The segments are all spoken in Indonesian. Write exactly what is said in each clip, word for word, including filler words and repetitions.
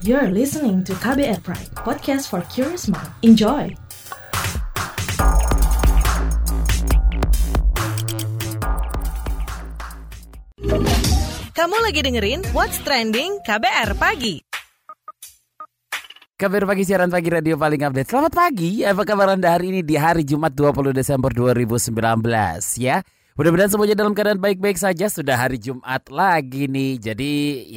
You're listening to K B R Pride, podcast for curious mind. Enjoy! Kamu lagi dengerin What's Trending K B R Pagi. K B R Pagi, siaran pagi radio paling update. Selamat pagi, apa kabar Anda hari ini di hari Jumat dua puluh Desember dua ribu sembilan belas ya. Mudah-mudahan semuanya dalam keadaan baik-baik saja. Sudah hari Jumat lagi nih. Jadi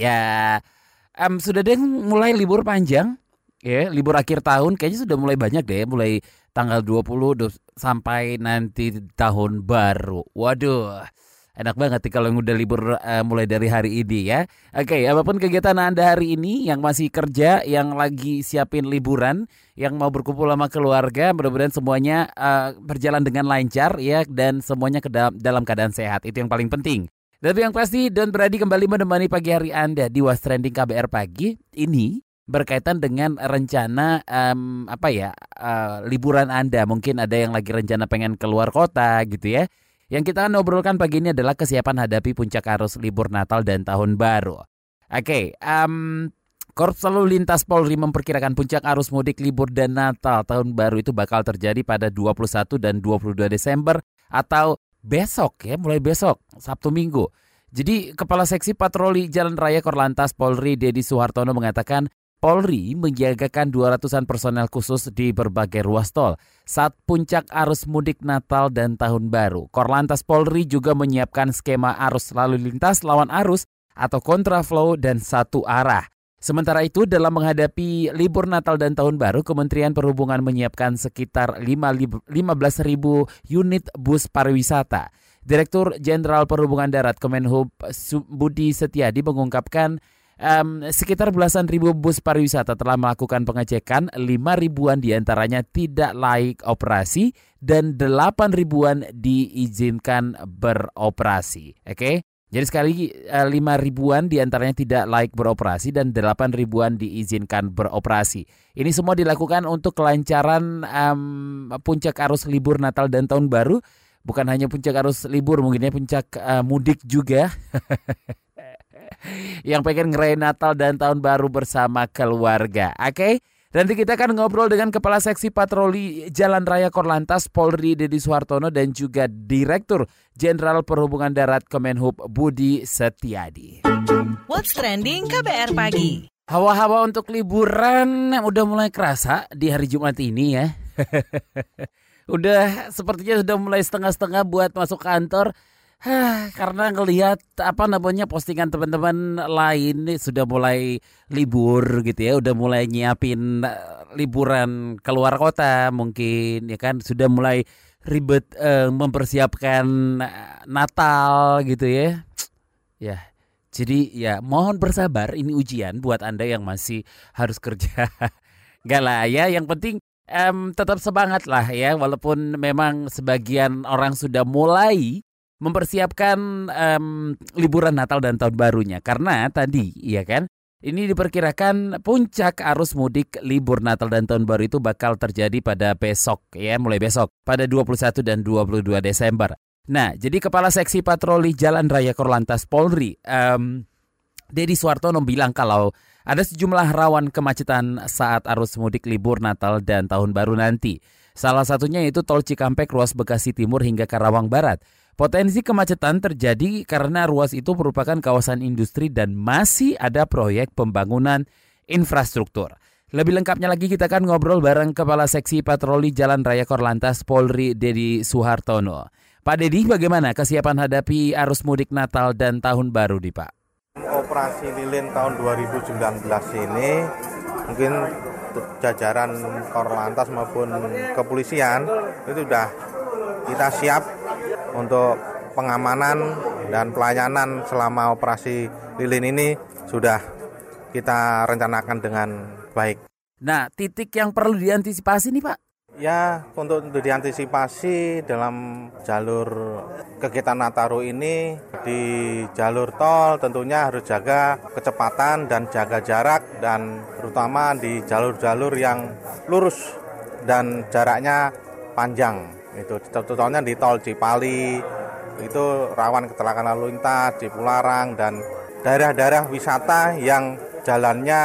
ya um, sudah deh mulai libur panjang ya, libur akhir tahun kayaknya sudah mulai banyak deh. Mulai tanggal dua puluh sampai nanti tahun baru. Waduh, enak banget nih kalau yang udah libur uh, mulai dari hari ini ya. Oke, apapun kegiatan Anda hari ini, yang masih kerja, yang lagi siapin liburan, yang mau berkumpul sama keluarga, mudah-mudahan semuanya uh, berjalan dengan lancar ya, dan semuanya ke dalam, dalam keadaan sehat. Itu yang paling penting. Dan yang pasti, Don Brady kembali menemani pagi hari Anda di What's Trending K B R Pagi. Ini berkaitan dengan rencana um, apa ya uh, liburan Anda. Mungkin ada yang lagi rencana pengen keluar kota gitu ya. Yang kita ngobrolkan pagi ini adalah kesiapan hadapi puncak arus libur Natal dan Tahun Baru. Oke, um, Korps Lalu Lintas Polri memperkirakan puncak arus mudik libur dan Natal Tahun Baru itu bakal terjadi pada dua puluh satu dan dua puluh dua Desember atau besok ya, mulai besok, Sabtu Minggu. Jadi Kepala Seksi Patroli Jalan Raya Korlantas Polri Dedi Suhartono mengatakan Polri menyiagakan dua ratusan personel khusus di berbagai ruas tol saat puncak arus mudik Natal dan Tahun Baru. Korlantas Polri juga menyiapkan skema arus lalu lintas lawan arus atau kontraflow dan satu arah. Sementara itu, dalam menghadapi libur Natal dan Tahun Baru, Kementerian Perhubungan menyiapkan sekitar lima belas ribu unit bus pariwisata. Direktur Jenderal Perhubungan Darat Kemenhub Budi Setiadi mengungkapkan Um, sekitar belasan ribu bus pariwisata telah melakukan pengecekan, lima ribuan diantaranya tidak layak operasi dan delapan ribuan diizinkan beroperasi. Oke, okay? Jadi sekali uh, lima ribuan diantaranya tidak layak beroperasi dan delapan ribuan diizinkan beroperasi. Ini semua dilakukan untuk kelancaran um, puncak arus libur Natal dan Tahun Baru. Bukan hanya puncak arus libur, mungkin ya puncak uh, mudik juga. Yang pengen ngerayain Natal dan Tahun Baru bersama keluarga. Oke, okay? Nanti kita akan ngobrol dengan Kepala Seksi Patroli Jalan Raya Korlantas Polri Dedi Suhartono dan juga Direktur Jenderal Perhubungan Darat Kemenhub Budi Setiadi. What's Trending K B R Pagi. Hawa-hawa untuk liburan udah mulai kerasa di hari Jumat ini ya. Udah sepertinya sudah mulai setengah-setengah buat masuk kantor. Hah, karena ngelihat apa namanya postingan teman-teman lain nih sudah mulai libur gitu ya, udah mulai nyiapin uh, liburan keluar kota mungkin ya kan, sudah mulai ribet uh, mempersiapkan uh, Natal gitu ya. Ya. Jadi ya mohon bersabar, ini ujian buat Anda yang masih harus kerja. Enggak lah ya, yang penting um, tetap semangat lah ya, walaupun memang sebagian orang sudah mulai mempersiapkan um, liburan Natal dan Tahun Barunya. Karena tadi, ya kan, ini diperkirakan puncak arus mudik libur Natal dan Tahun Baru itu bakal terjadi pada besok, ya, mulai besok, pada dua puluh satu dan dua puluh dua Desember. Nah, jadi Kepala Seksi Patroli Jalan Raya Korlantas Polri, um, Dedi Suhartono bilang kalau ada sejumlah rawan kemacetan saat arus mudik libur Natal dan Tahun Baru nanti. Salah satunya yaitu Tol Cikampek, ruas Bekasi Timur hingga Karawang Barat. Potensi kemacetan terjadi karena ruas itu merupakan kawasan industri dan masih ada proyek pembangunan infrastruktur. Lebih lengkapnya lagi kita akan ngobrol bareng Kepala Seksi Patroli Jalan Raya Korlantas Polri Dedi Suhartono. Pak Dedi, bagaimana kesiapan hadapi arus mudik Natal dan Tahun Baru di Pak? Operasi lilin tahun dua ribu sembilan belas ini mungkin jajaran Korlantas maupun kepolisian itu sudah kita siap untuk pengamanan dan pelayanan selama operasi lilin ini sudah kita rencanakan dengan baik. Nah, titik yang perlu diantisipasi nih Pak? Ya, untuk, untuk diantisipasi dalam jalur kegiatan Nataru ini, di jalur tol tentunya harus jaga kecepatan dan jaga jarak, dan terutama di jalur-jalur yang lurus dan jaraknya panjang. Itu contohnya di tol Cipali, itu rawan kecelakaan lalu lintas, Cipularang, dan daerah-daerah wisata yang jalannya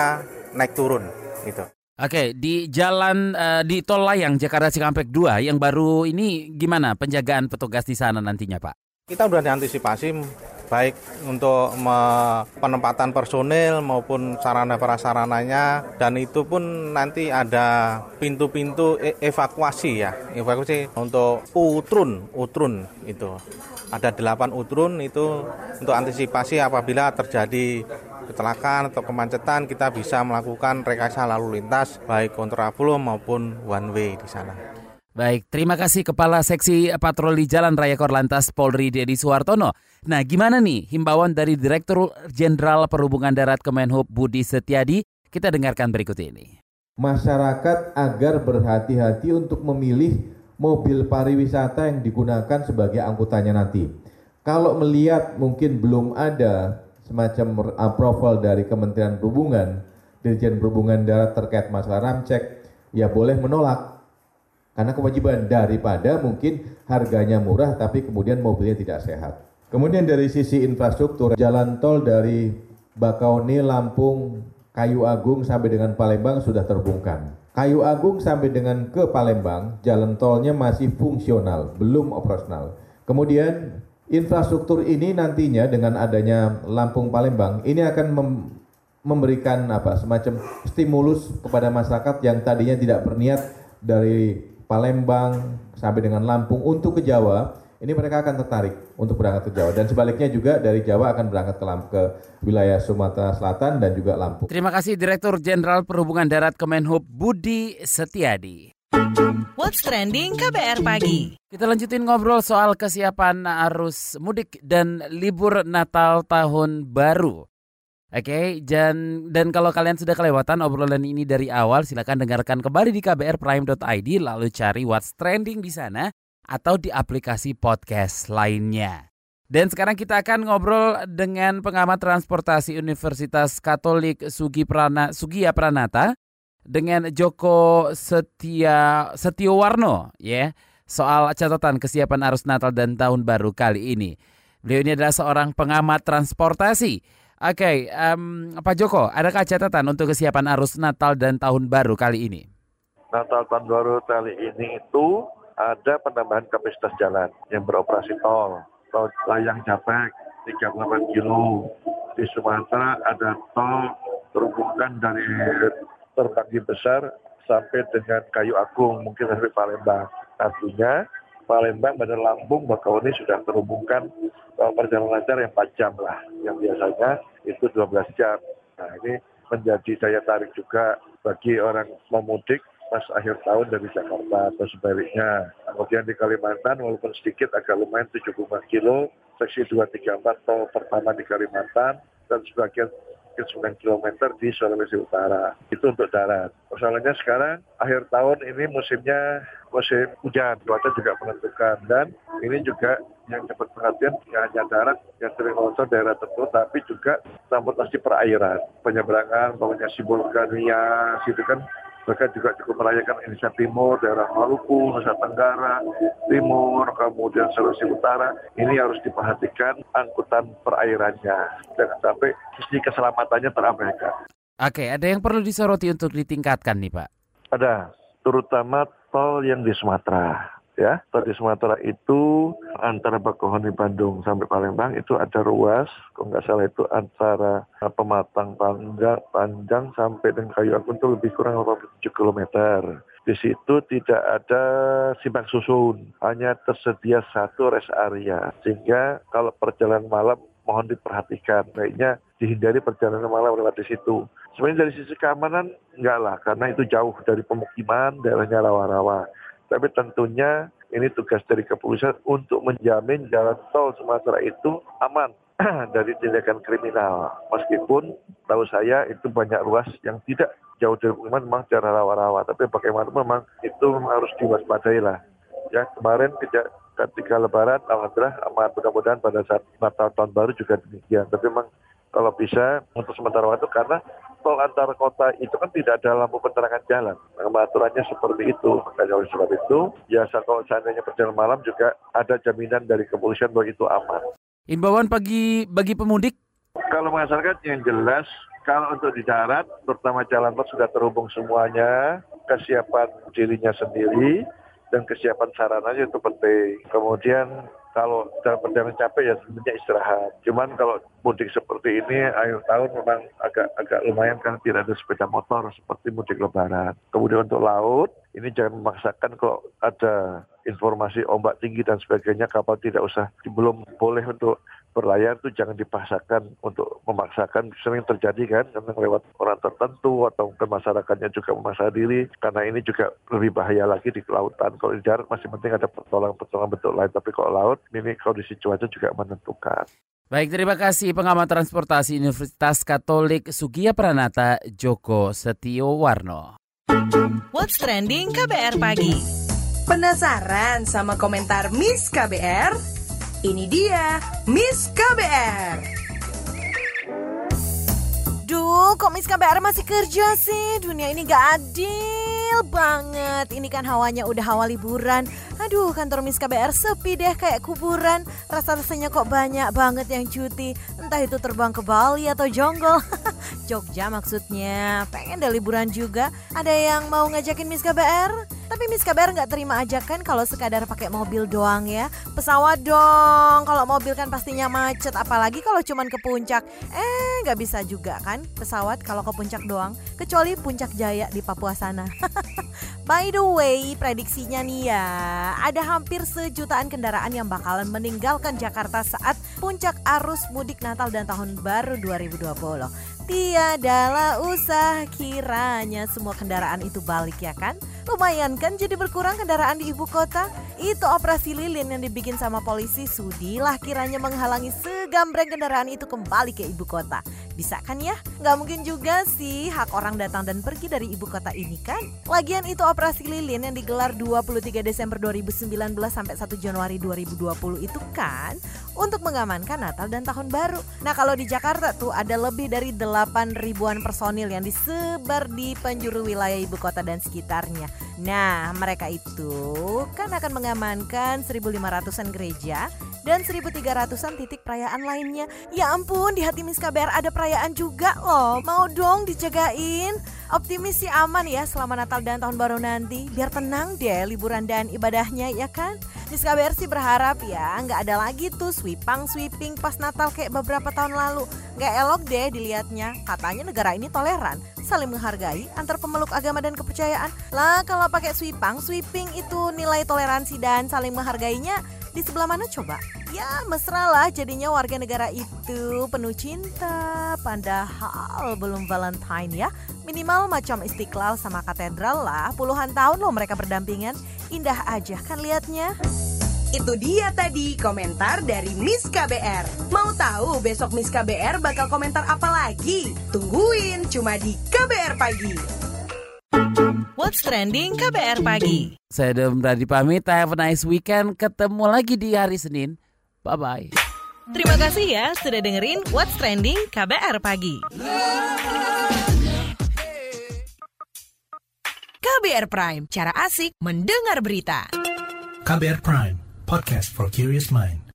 naik turun gitu. Oke, di jalan uh, di tol layang Jakarta Cikampek dua yang baru ini gimana penjagaan petugas di sana nantinya, Pak? Kita sudah diantisipasi baik untuk me- penempatan personil maupun sarana prasarananya, dan itu pun nanti ada pintu-pintu e- evakuasi ya, evakuasi untuk utrun, utrun itu. Ada delapan utrun itu untuk antisipasi apabila terjadi kecelakaan atau kemacetan, kita bisa melakukan rekayasa lalu lintas baik kontraflow maupun one way di sana. Baik, terima kasih Kepala Seksi Patroli Jalan Raya Korlantas Polri Dedi Suhartono. Nah, gimana nih himbauan dari Direktur Jenderal Perhubungan Darat Kemenhub Budi Setiadi? Kita dengarkan berikut ini. Masyarakat agar berhati-hati untuk memilih mobil pariwisata yang digunakan sebagai angkutannya nanti. Kalau melihat mungkin belum ada semacam approval dari Kementerian Perhubungan, Dirjen Perhubungan Darat terkait masalah ramcek, ya boleh menolak. Karena kewajiban daripada mungkin harganya murah tapi kemudian mobilnya tidak sehat. Kemudian dari sisi infrastruktur, jalan tol dari Bakauni, Lampung, Kayu Agung sampai dengan Palembang sudah terbongkar. Kayu Agung sampai dengan ke Palembang, jalan tolnya masih fungsional, belum operasional. Kemudian infrastruktur ini nantinya dengan adanya Lampung Palembang ini akan mem- memberikan apa semacam stimulus kepada masyarakat yang tadinya tidak berniat dari Palembang sampai dengan Lampung untuk ke Jawa. Ini mereka akan tertarik untuk berangkat ke Jawa, dan sebaliknya juga dari Jawa akan berangkat ke, ke wilayah Sumatera Selatan dan juga Lampung. Terima kasih Direktur Jenderal Perhubungan Darat Kemenhub Budi Setiadi. What's Trending K B R Pagi. Kita lanjutin ngobrol soal kesiapan arus mudik dan libur Natal Tahun Baru. Oke, okay, dan, dan kalau kalian sudah kelewatan obrolan ini dari awal, silakan dengarkan kembali di k b r prime dot i d, lalu cari What's Trending di sana atau di aplikasi podcast lainnya. Dan sekarang kita akan ngobrol dengan pengamat transportasi Universitas Katolik Sugi Prana, Sugiya Pranata dengan Joko Setia Setiowarno ya, soal catatan kesiapan arus Natal dan Tahun Baru kali ini. Beliau ini adalah seorang pengamat transportasi. Oke, okay, um, Pak Joko, adakah catatan untuk kesiapan arus Natal dan Tahun Baru kali ini? Natal Tahun Baru kali ini itu ada penambahan kapasitas jalan yang beroperasi tol. Tol Layang Japek tiga puluh delapan kilo. Di Sumatera ada tol terhubungkan dari Terbanggi Besar sampai dengan Kayu Agung, mungkin dari Palembang. Artinya Palembang, Bandar Lampung, Bakauni sudah terhubungkan perjalanan lancar yang empat jam lah, yang biasanya itu dua belas jam. Nah, ini menjadi daya tarik juga bagi orang memudik pas akhir tahun dari Jakarta atau sebaliknya. Kemudian di Kalimantan walaupun sedikit agak lumayan tujuh puluh lima kilo, seksi dua tiga empat tol pertama di Kalimantan dan sebagian sembilan kilometer di Sulawesi Utara. Itu untuk darat. Persoalannya sekarang akhir tahun ini musimnya musim hujan, cuaca juga menentukan, dan ini juga yang dapat perhatian ya hanya darat yang sering longsor daerah tertentu, tapi juga transportasi perairan, penyeberangan, bangunnya simbol Gania, situ kan mereka juga cukup merayakan Indonesia Timur, daerah Maluku, Nusa Tenggara Timur, kemudian Sulawesi Utara. Ini harus diperhatikan angkutan perairannya, jangan sampai sisi keselamatannya terabaikan. Oke, ada yang perlu disoroti untuk ditingkatkan nih Pak? Ada, terutama tol yang di Sumatera. Ya, tol di Sumatera itu antara Bakauheni Bandung sampai Palembang itu ada ruas, kalau nggak salah itu antara Pematang Panjang, Panjang sampai dengan Kayu Agung itu lebih kurang delapan puluh tujuh kilometer. Di situ tidak ada simpang susun, hanya tersedia satu rest area. Sehingga kalau perjalanan malam mohon diperhatikan, baiknya dihindari perjalanan malam lewat di situ. Sebenarnya dari sisi keamanan enggak lah, karena itu jauh dari pemukiman, daerahnya rawa-rawa. Tapi tentunya ini tugas dari kepolisian untuk menjamin jalan tol Sumatera itu aman dari tindakan kriminal. Meskipun tahu saya itu banyak ruas yang tidak jauh dari pemukiman, memang daerah rawa-rawa. Tapi bagaimanapun memang itu memang harus diwaspadai lah. Ya, kemarin tidak ketika Lebaran, alhamdulillah aman, mudah-mudahan pada saat Natal Tahun Baru juga demikian. Tapi memang kalau bisa untuk sementara waktu, karena tol antar kota itu kan tidak ada lampu penerangan jalan. Nah, aturannya seperti itu. Makanya oleh sebab itu, biasa kalau seandainya perjalanan malam juga ada jaminan dari kepolisian bahwa itu aman. Imbauan bagi bagi pemudik? Kalau masyarakat yang jelas Kalau untuk di darat, terutama jalan tol sudah terhubung semuanya, kesiapan dirinya sendiri dan kesiapan sarananya itu penting. Kemudian kalau dalam perjalanan capek ya sebenarnya istirahat. Cuman kalau mudik seperti ini akhir tahun memang agak agak lumayan kan tidak ada sepeda motor seperti mudik lebaran. Kemudian untuk laut ini jangan memaksakan kalau ada informasi ombak tinggi dan sebagainya kapal tidak usah belum boleh untuk berlayar itu jangan dipaksakan untuk memaksakan, sering terjadi kan karena lewat orang tertentu atau mungkin masyarakatnya juga memaksa diri karena ini juga lebih bahaya lagi di kelautan. Kalau di darat masih penting ada pertolongan-pertolongan bentuk lain, tapi kalau laut ini kondisi cuaca juga menentukan. Baik, terima kasih pengamat transportasi Universitas Katolik Sugiya Pranata Joko Setiowarno. What's Trending K B R Pagi. Penasaran sama komentar Miss K B R? Ini dia Miss K B R. Duh, kok Miss K B R masih kerja sih? Dunia ini gak adil banget. Ini kan hawanya udah hawa liburan. Aduh, kantor Miss K B R sepi deh kayak kuburan. Rasa-rasanya kok banyak banget yang cuti. Entah itu terbang ke Bali atau Jonggol. Jogja maksudnya. Pengen deh liburan juga. Ada yang mau ngajakin Miss K B R? Tapi Miss K B R gak terima ajakan kalau sekadar pakai mobil doang ya. Pesawat dong. Kalau mobil kan pastinya macet. Apalagi kalau cuman ke puncak. Eh gak bisa juga kan pesawat kalau ke puncak doang. Kecuali Puncak Jaya di Papua sana. By the way, prediksinya nih ya, ada hampir sejutaan kendaraan yang bakalan meninggalkan Jakarta saat puncak arus mudik Natal dan Tahun Baru dua ribu dua puluh. Tiadalah usah kiranya semua kendaraan itu balik ya kan? Lumayan kan jadi berkurang kendaraan di ibu kota? Itu operasi lilin yang dibikin sama polisi sudilah kiranya menghalangi segambreng kendaraan itu kembali ke ibu kota. Bisa kan ya? Nggak mungkin juga sih hak orang datang dan pergi dari ibu kota ini kan? Lagian itu operasi lilin yang digelar dua puluh tiga Desember dua ribu sembilan belas sampai satu Januari dua ribu dua puluh itu kan untuk mengamankan Natal dan Tahun Baru. Nah kalau di Jakarta tuh ada lebih dari delapan ribuan personil yang disebar di penjuru wilayah ibu kota dan sekitarnya. Nah mereka itu kan akan mengamankan seribu lima ratusan gereja dan seribu tiga ratusan titik perayaan lainnya. Ya ampun, di hati Miss K B R ada perayaan juga loh. Mau dong dijagain. Optimis sih aman ya selama Natal dan Tahun Baru nanti. Biar tenang deh liburan dan ibadahnya ya kan. Miss K B R sih berharap ya nggak ada lagi tuh sweepang-sweeping pas Natal kayak beberapa tahun lalu. Nggak elok deh dilihatnya. Katanya negara ini toleran, saling menghargai antar pemeluk agama dan kepercayaan. Lah kalau pakai sweepang-sweeping itu nilai toleransi dan saling menghargainya di sebelah mana coba? Ya mesra lah jadinya warga negara itu penuh cinta. Padahal belum Valentine ya. Minimal macam Istiqlal sama katedral lah. Puluhan tahun loh mereka berdampingan. Indah aja kan liatnya. Itu dia tadi komentar dari Miss K B R. Mau tahu besok Miss K B R bakal komentar apa lagi? Tungguin cuma di K B R Pagi. What's Trending K B R Pagi. Saya Dem Radi pamit, have a nice weekend. Ketemu lagi di hari Senin. Bye-bye. Terima kasih ya sudah dengerin What's Trending K B R Pagi. K B R Prime, cara asik mendengar berita. K B R Prime, podcast for curious mind.